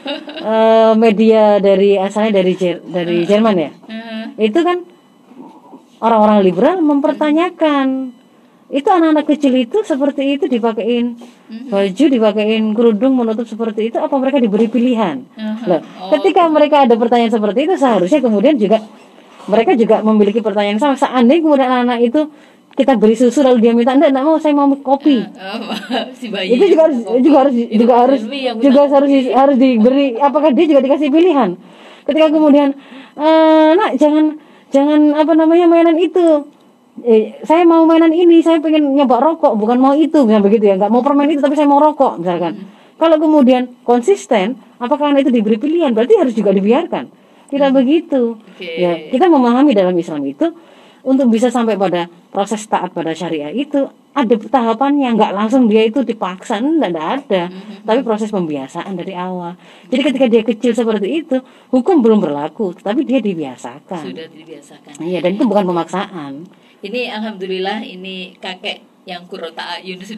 eh, media dari asalnya dari Jer- dari Jerman ya. Mhm. Itu kan orang-orang liberal mempertanyakan itu anak-anak kecil itu seperti itu dipakein baju, dipakein kerudung menutup seperti itu, apa mereka diberi pilihan? Mhm. Loh, Oh, ketika mereka ada pertanyaan seperti itu seharusnya kemudian juga mereka juga memiliki pertanyaan yang sama. Seandainya kemudian anak-anak itu kita beri susu lalu dia minta enggak, enggak mau, saya mau kopi. Oh, si bayi Itu juga harus juga harus Itu juga harus Helmi yang juga minta harus kopi. harus diberi, apakah dia juga dikasih pilihan? Ketika kemudian eh nak jangan jangan apa namanya mainan itu. Eh, saya mau mainan ini, saya pengen nyoba rokok, bukan mau itu, misalnya begitu ya, nggak mau permen itu tapi saya mau rokok misalkan. Kalau kemudian konsisten, apakah anak itu diberi pilihan? Berarti harus juga dibiarkan. Tidak begitu. Oke. Ya, kita memahami dalam Islam itu untuk bisa sampai pada proses taat pada syariah itu ada tahapannya, nggak langsung dia itu dipaksa, enggak ada. Tapi proses pembiasaan dari awal. Jadi ketika dia kecil seperti itu, hukum belum berlaku, tapi dia dibiasakan. Sudah dibiasakan. Iya, dan itu bukan pemaksaan. Ini alhamdulillah ini kakek yang kurota ayun sudah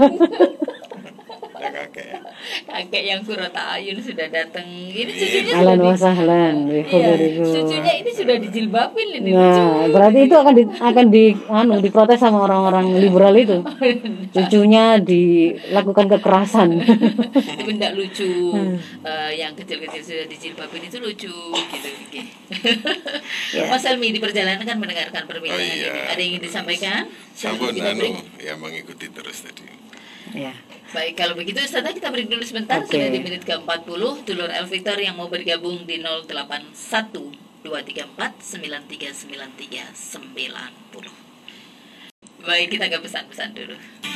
Ya kakek ya. kakek yang kurota ayun sudah datang. Ini cucunya sudah Ahlan di, wa sahlan. iya, cucunya ini sudah dijilbabin ini. Nah, lucu. berarti itu akan di, akan di anu diprotes sama orang-orang liberal itu. Cucunya dilakukan kekerasan. Itu benda lucu. Hmm. Eh, yang kecil-kecil sudah dijilbabin itu lucu gitu. Oke. Ya. Mas Helmi di perjalanan kan mendengarkan perbincangan Oh, iya. ini. Ada yang ingin disampaikan? Sampun Kita break. anu ya mengikuti terus tadi. Ya. Baik, kalau begitu Ustazah kita break dulu sebentar. Oke. Sudah di menit ke empat puluh. Dulur Elvitor yang mau bergabung di nol delapan satu dua tiga empat sembilan tiga sembilan tiga sembilan nol. Baik, kita ke pesan-pesan dulu.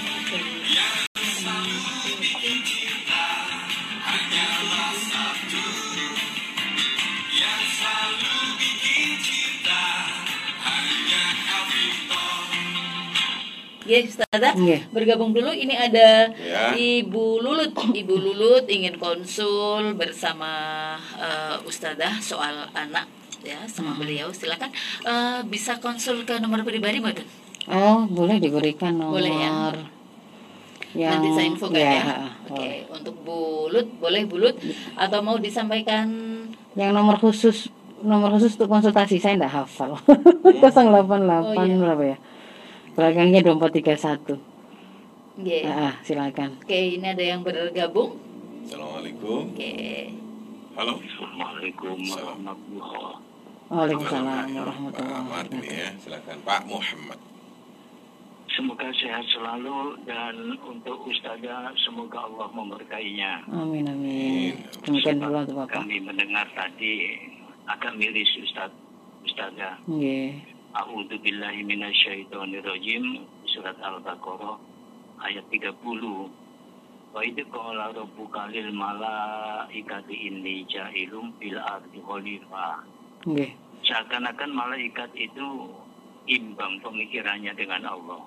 Ya, Ustazah, Iya. bergabung dulu. Ini ada Ya. Ibu Lulut. Ibu Lulut ingin konsul bersama uh, Ustazah soal anak ya sama beliau. Silakan uh, bisa konsul ke nomor pribadi, Mbak. Oh, boleh diberikan nomor. Boleh ya? Yang Nanti saya infokan ya, ya. Oke, boleh. untuk Bu Lut boleh Bu Lut atau mau disampaikan Yang nomor khusus nomor khusus untuk konsultasi saya enggak hafal. nol delapan delapan Oh, iya. berapa ya? Belakangnya dua empat tiga satu. Oke. Ah, silakan. Oke, ini ada yang bergabung. Assalamualaikum. Oke. Halo. Assalamualaikum warahmatullahi wabarakatuh. Waalaikumsalam warahmatullahi Pak Ahmad ini wabarakatuh. ya, silakan Pak Muhammad. Semoga sehat selalu dan untuk Ustazah semoga Allah memberkainya. Amin amin. Demikian dulu untuk Bapak. Kami mendengar tadi agak miris Ustaz, Ustazah. Nggih. A'udzu billahi minasyaitonir rajim, surat Al-Baqarah ayat tiga puluh. Wa idh qala rabbuka lil malaikati inni ja'ilun fil ardi khalifah. Nggih. Seakan-akan malaikat itu imbang pemikirannya dengan Allah.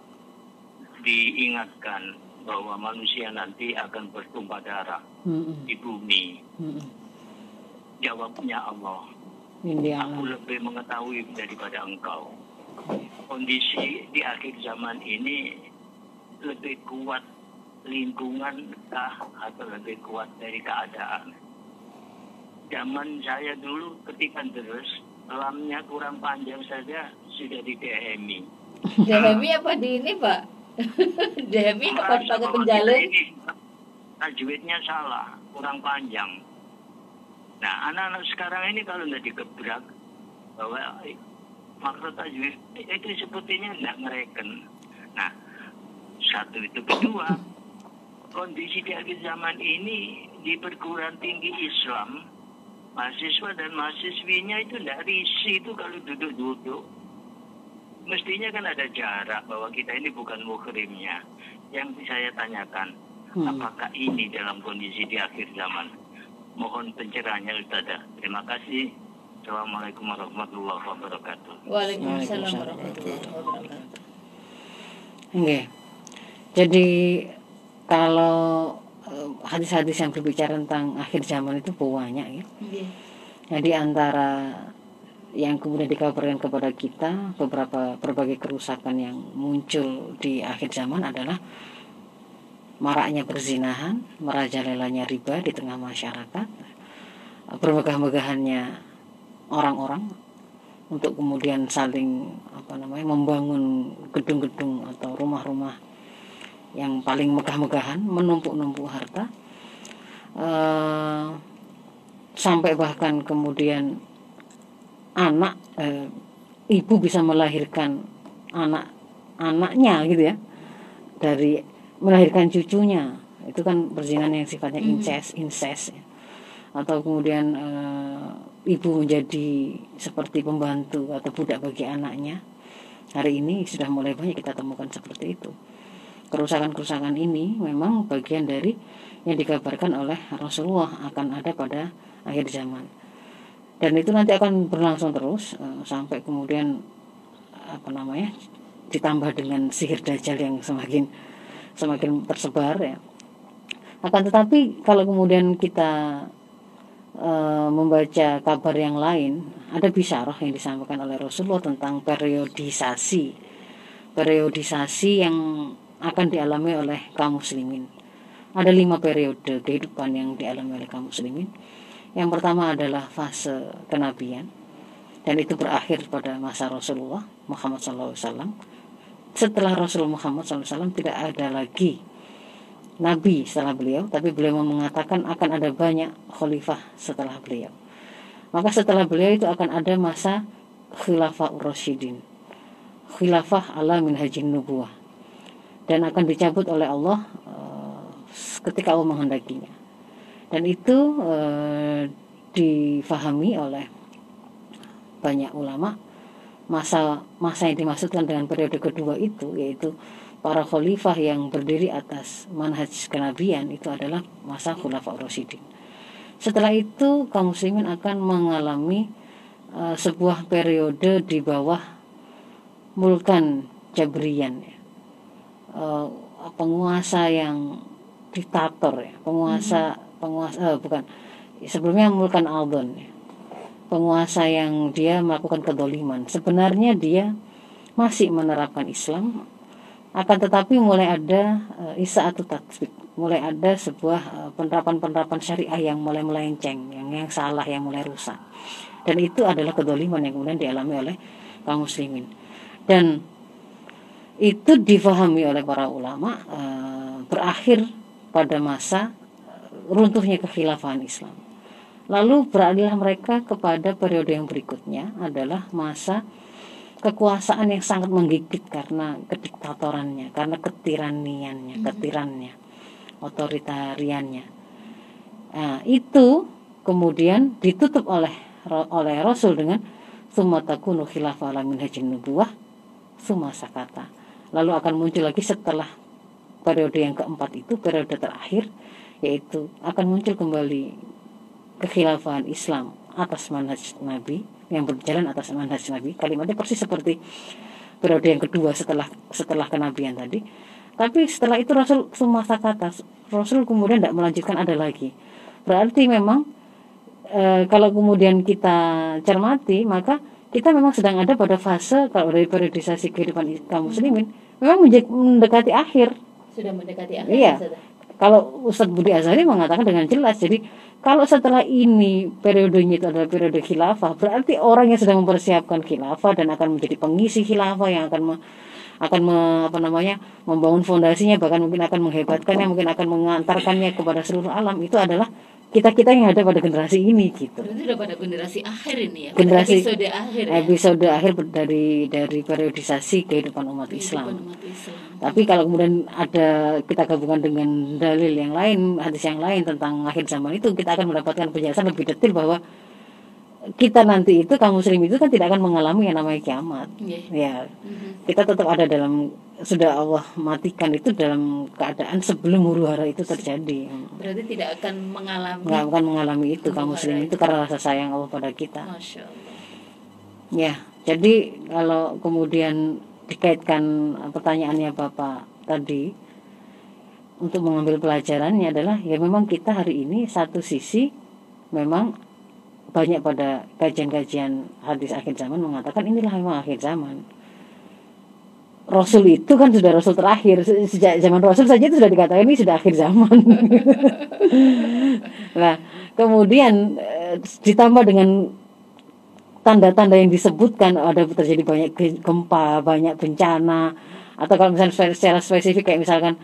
Diingatkan bahwa manusia nanti akan bertumpah darah Mm-mm. di bumi. Mm-mm. Jawabnya Allah, Ini aku alam. lebih mengetahui daripada engkau. Kondisi di akhir zaman ini lebih kuat lingkungan kah atau lebih kuat dari keadaan? Zaman saya dulu ketika terus lamnya kurang panjang saja sudah di D M I. D M I apa di ini Pak? D M I apa Merasa pakai bahwa penjalin? kita ini tajwidnya salah, kurang panjang. Nah, anak-anak sekarang ini kalau nggak digebrak bahwa eh, maksud tajwid itu sepertinya nggak ngereken. Nah, satu itu. Kedua, kondisi di akhir zaman ini di perguruan tinggi Islam, mahasiswa dan mahasiswinya itu nggak risih itu kalau duduk-duduk. Mestinya kan ada jarak bahwa kita ini bukan muhrimnya. Yang saya tanyakan, Hmm. apakah ini dalam kondisi di akhir zaman? Mohon pencerahannya Ustazah. Terima kasih. Assalamualaikum warahmatullahi wabarakatuh. Waalaikumsalam warahmatullahi wabarakatuh. Nggih. Jadi kalau eh, hadis-hadis yang berbicara tentang akhir zaman itu banyak ya. Nggih. Jadi antara yang kemudian dikabarkan kepada kita beberapa berbagai kerusakan yang muncul di akhir zaman adalah maraknya perzinahan, merajalelanya riba di tengah masyarakat, bermegah-megahannya orang-orang untuk kemudian saling apa namanya membangun gedung-gedung atau rumah-rumah yang paling megah-megahan, menumpuk-numpuk harta, eh, sampai bahkan kemudian anak eh, ibu bisa melahirkan anak anaknya gitu ya, dari melahirkan cucunya. Itu kan perzinahan yang sifatnya incest, incest ya. Atau kemudian eh, ibu menjadi seperti pembantu atau budak bagi anaknya. Hari ini sudah mulai banyak kita temukan seperti itu. Kerusakan-kerusakan ini memang bagian dari yang dikabarkan oleh Rasulullah akan ada pada akhir zaman. Dan itu nanti akan berlangsung terus eh, sampai kemudian apa namanya ditambah dengan sihir dajjal yang semakin semakin tersebar ya. Akan tetapi kalau kemudian kita e, membaca kabar yang lain, ada bisyarah yang disampaikan oleh Rasulullah tentang periodisasi periodisasi yang akan dialami oleh kaum muslimin. Ada lima periode kehidupan yang dialami oleh kaum muslimin. Yang pertama adalah fase kenabian, dan itu berakhir pada masa Rasulullah Muhammad shallallahu alaihi wasallam. Setelah Rasulullah Muhammad shallallahu alaihi wasallam tidak ada lagi nabi setelah beliau, tapi beliau mengatakan akan ada banyak khalifah setelah beliau. Maka setelah beliau itu akan ada masa khilafah ur-rasyidin, khilafah ala minhajin nubuwah, dan akan dicabut oleh Allah uh, ketika Allah menghendakinya. Dan itu uh, difahami oleh banyak ulama. Masa masa yang dimaksudkan dengan periode kedua itu yaitu para khalifah yang berdiri atas manhaj kenabian, itu adalah masa khulafah ar-rasyidin. Setelah itu kaum muslimin akan mengalami uh, sebuah periode di bawah mulkan jabriyan ya. Uh, penguasa yang diktator ya, penguasa mm-hmm. penguasa uh, bukan sebelumnya mulkan Aldon ya. Penguasa yang dia melakukan kedoliman. Sebenarnya dia masih menerapkan Islam, akan tetapi mulai ada uh, isa'atu tatbiq, mulai ada sebuah uh, penerapan-penerapan syariah yang mulai melenceng, yang yang salah, yang mulai rusak. Dan itu adalah kedoliman yang kemudian dialami oleh kaum muslimin. Dan itu difahami oleh para ulama uh, berakhir pada masa uh, runtuhnya kekhilafahan Islam. Lalu beralihlah mereka kepada periode yang berikutnya adalah masa kekuasaan yang sangat menggigit karena kediktatorannya, karena ketiraniannya, ketirannya, otoritariannya. Nah, itu kemudian ditutup oleh oleh Rasul dengan summa takunu khilafah ala minhajin nubuwah summa sakata. Lalu akan muncul lagi setelah periode yang keempat itu, periode terakhir, yaitu akan muncul kembali kekhilafahan Islam atas manhaj Nabi, yang berjalan atas manhaj Nabi. Kalimatnya persis seperti periode yang kedua setelah setelah kenabian tadi. Tapi setelah itu Rasul summa sakata, Rasul kemudian tidak melanjutkan ada lagi. Berarti memang e, kalau kemudian kita cermati, maka kita memang sedang ada pada fase, kalau dari periodisasi kehidupan kaum muslimin, memang mendekati akhir. Sudah mendekati akhir. Iya. Sudah. Kalau Ustadz Budi Azhari mengatakan dengan jelas, jadi kalau setelah ini periodenya itu adalah periode khilafah, berarti orang yang sedang mempersiapkan khilafah dan akan menjadi pengisi khilafah yang akan me, akan me, apa namanya membangun fondasinya, bahkan mungkin akan menghebatkannya, mungkin akan mengantarkannya kepada seluruh alam, itu adalah kita-kita yang ada pada generasi ini gitu. Berarti sudah pada generasi akhir ini ya. Generasi episode akhir ya. Episode akhir dari dari periodisasi kehidupan umat Islam. Kehidupan umat Islam. Tapi kalau kemudian ada kita gabungkan dengan dalil yang lain, hadis yang lain tentang akhir zaman itu, kita akan mendapatkan penjelasan lebih detail bahwa kita nanti itu kaum muslim itu kan tidak akan mengalami yang namanya kiamat. Yeah. Ya. Mm-hmm. Kita tetap ada dalam, sudah Allah matikan itu dalam keadaan sebelum huru hara itu terjadi. Berarti tidak akan mengalami. Nggak akan mengalami itu kaum muslim itu karena rasa sayang Allah pada kita. Masya Allah. Ya, jadi kalau kemudian dikaitkan pertanyaannya Bapak tadi, untuk mengambil pelajarannya adalah ya memang kita hari ini satu sisi memang banyak pada kajian-kajian hadis akhir zaman mengatakan inilah memang akhir zaman. Rasul itu kan sudah Rasul terakhir, sejak zaman Rasul saja itu sudah dikatakan ini sudah akhir zaman. Nah, kemudian ditambah dengan tanda-tanda yang disebutkan, ada terjadi banyak gempa, banyak bencana, atau kalau misalnya secara spesifik kayak misalkan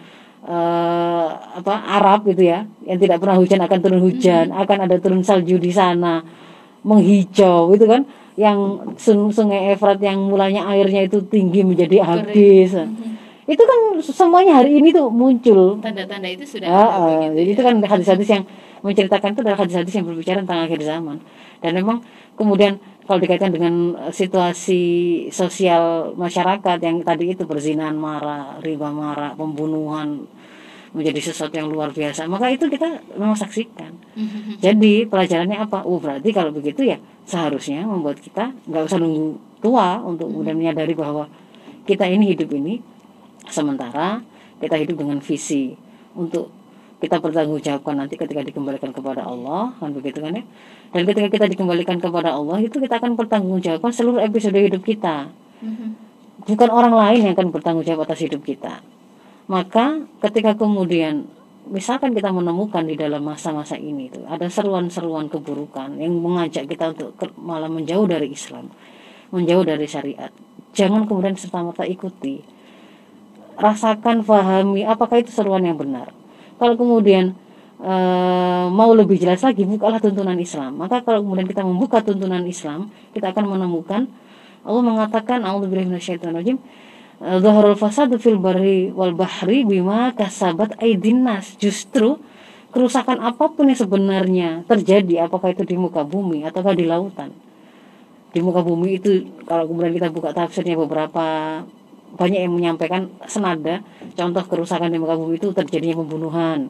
uh, apa Arab gitu ya, yang tidak pernah hujan akan turun hujan, mm-hmm. akan ada turun salju di sana, menghijau itu kan, yang sungai Efrat yang mulanya airnya itu tinggi menjadi habis. Mm-hmm. Itu kan semuanya hari ini tuh muncul. Tanda-tanda itu sudah ya, ada. Uh, jadi ya. Itu kan hadis-hadis yang menceritakan, itu adalah hadis-hadis yang berbicara tentang akhir zaman. Dan memang kemudian kalau dikaitkan dengan situasi sosial masyarakat yang tadi itu perzinahan marak, riba marak, pembunuhan menjadi sesuatu yang luar biasa, maka itu kita memang saksikan. Jadi pelajarannya apa? Oh berarti kalau begitu ya seharusnya membuat kita nggak usah nunggu tua untuk kemudian menyadari bahwa kita ini hidup ini sementara, kita hidup dengan visi untuk kita bertanggungjawabkan nanti ketika dikembalikan kepada Allah, kan begitu kan ya. Dan ketika kita dikembalikan kepada Allah itu kita akan bertanggungjawabkan seluruh episode hidup kita. Bukan orang lain yang akan bertanggung jawab atas hidup kita. Maka ketika kemudian misalkan kita menemukan di dalam masa-masa ini itu ada seruan-seruan keburukan yang mengajak kita untuk ke, malah menjauh dari Islam, menjauh dari syariat, jangan kemudian serta-merta ikuti. Rasakan, pahami apakah itu seruan yang benar. Kalau kemudian e, mau lebih jelas lagi, bukalah tuntunan Islam. Maka kalau kemudian kita membuka tuntunan Islam, kita akan menemukan Allah mengatakan, a'udzubillahi minasyaitonirrajim, zaharul fasadu fil barri wal bahri bima kasabat aydin nas. Justru kerusakan apapun yang sebenarnya terjadi, apakah itu di muka bumi ataukah di lautan. Di muka bumi itu kalau kemudian kita buka tafsirnya, beberapa banyak yang menyampaikan senada contoh kerusakan di muka bumi itu terjadinya pembunuhan,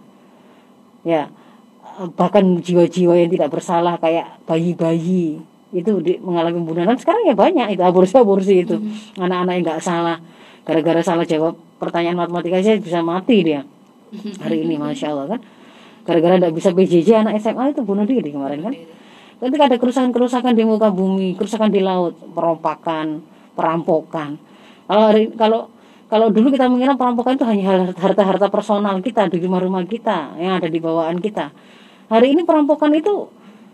ya, bahkan jiwa-jiwa yang tidak bersalah kayak bayi-bayi itu di, mengalami pembunuhan. Sekarang ya banyak itu aborsi-aborsi itu, mm-hmm. anak-anak yang nggak salah gara-gara salah jawab pertanyaan matematika aja bisa mati dia hari ini, masya Allah kan, gara-gara nggak bisa P J J anak S M A itu bunuh diri kemarin kan. Ketika ada kerusakan-kerusakan di muka bumi, kerusakan di laut, perompakan, perampokan. Kalau hari, kalau kalau dulu kita mengira perampokan itu hanya harta-harta personal kita di rumah-rumah kita yang ada di bawaan kita. Hari ini perampokan itu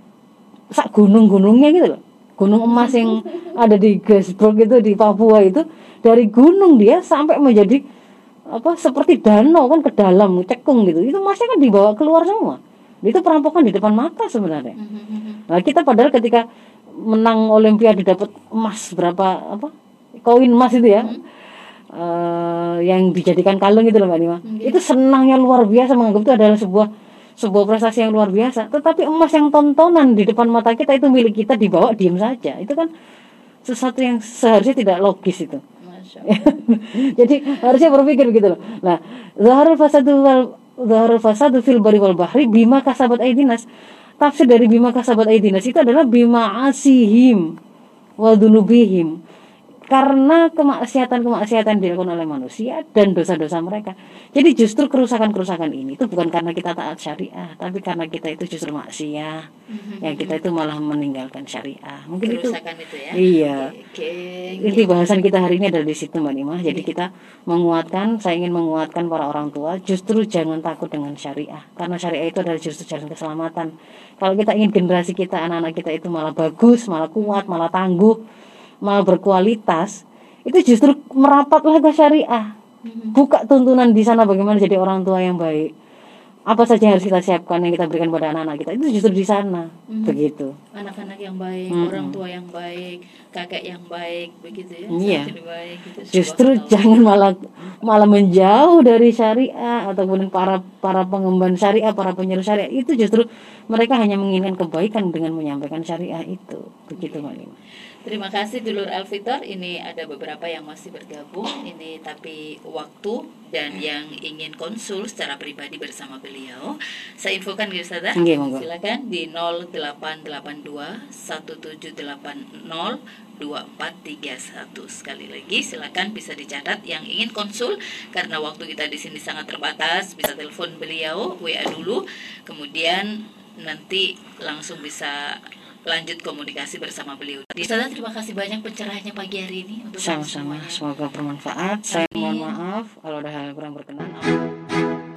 sak gunung-gunungnya gitu loh. Gunung emas yang ada di Gasbrok itu di Papua itu, dari gunung dia sampai menjadi apa seperti danau kan ke dalam cekung gitu. Itu emasnya kan dibawa keluar semua. Itu perampokan di depan mata sebenarnya. Nah, kita padahal ketika menang Olimpiade dapat emas berapa apa? Koin emas itu ya, hmm. uh, yang dijadikan kalung itu loh Mbak Nima. Hmm. Itu senangnya luar biasa, menganggap itu adalah sebuah sebuah prestasi yang luar biasa. Tetapi emas yang tontonan di depan mata kita itu milik kita, dibawa diam saja. Itu kan sesuatu yang seharusnya tidak logis itu. Masya Allah. Jadi harusnya berpikir begitu loh. Nah, zaharul fasadu wal zaharul fasadu fil bari wal bahri bima kasabat aidinas. Tafsir dari bima kasabat aidinas itu adalah bima asihim wa dzunubihim. Karena kemaksiatan-kemaksiatan dilakukan oleh manusia dan dosa-dosa mereka. Jadi justru kerusakan-kerusakan ini itu bukan karena kita taat syariah, tapi karena kita itu justru maksiat. Mhm. Yang kita itu malah meninggalkan syariah. Mungkin itu. Kerusakan itu ya. Iya. Oke. Inti bahasan kita hari ini adalah di situ, Mbak Nima. Jadi kita menguatkan, saya ingin menguatkan para orang tua, justru jangan takut dengan syariah. Karena syariah itu adalah justru jalan keselamatan. Kalau kita ingin generasi kita, anak-anak kita itu malah bagus, malah kuat, malah tangguh, malah berkualitas, itu justru merapatlah ke syariah. Buka tuntunan di sana bagaimana jadi orang tua yang baik. Apa saja yang harus kita siapkan, yang kita berikan pada anak-anak kita, itu justru di sana. Mhm. Begitu. Anak-anak yang baik, Mm-mm. orang tua yang baik, kakek yang baik, begitu ya. Iya. Santri baik, gitu, Justru subhanallah. jangan malah malah menjauh dari syariah ataupun para para pengemban syariah, para penyeru syariah, itu justru mereka hanya menginginkan kebaikan dengan menyampaikan syariah itu. Begitu, Mbak Nima. Terima kasih Dulur Alfitor. Ini ada beberapa yang masih bergabung ini, tapi waktu dan yang ingin konsul secara pribadi bersama beliau, saya infokan ke Ustazah. Nggih, monggo. Silakan di nol delapan delapan dua satu tujuh delapan nol dua empat tiga satu. Sekali lagi silakan bisa dicatat yang ingin konsul, karena waktu kita di sini sangat terbatas. Bisa telepon beliau, W A dulu, kemudian nanti langsung bisa lanjut komunikasi bersama beliau. Ustazah, terima kasih banyak pencerahannya pagi hari ini untuk Sama-sama, semuanya. semoga bermanfaat. Saya mohon maaf kalau ada hal yang kurang berkenan.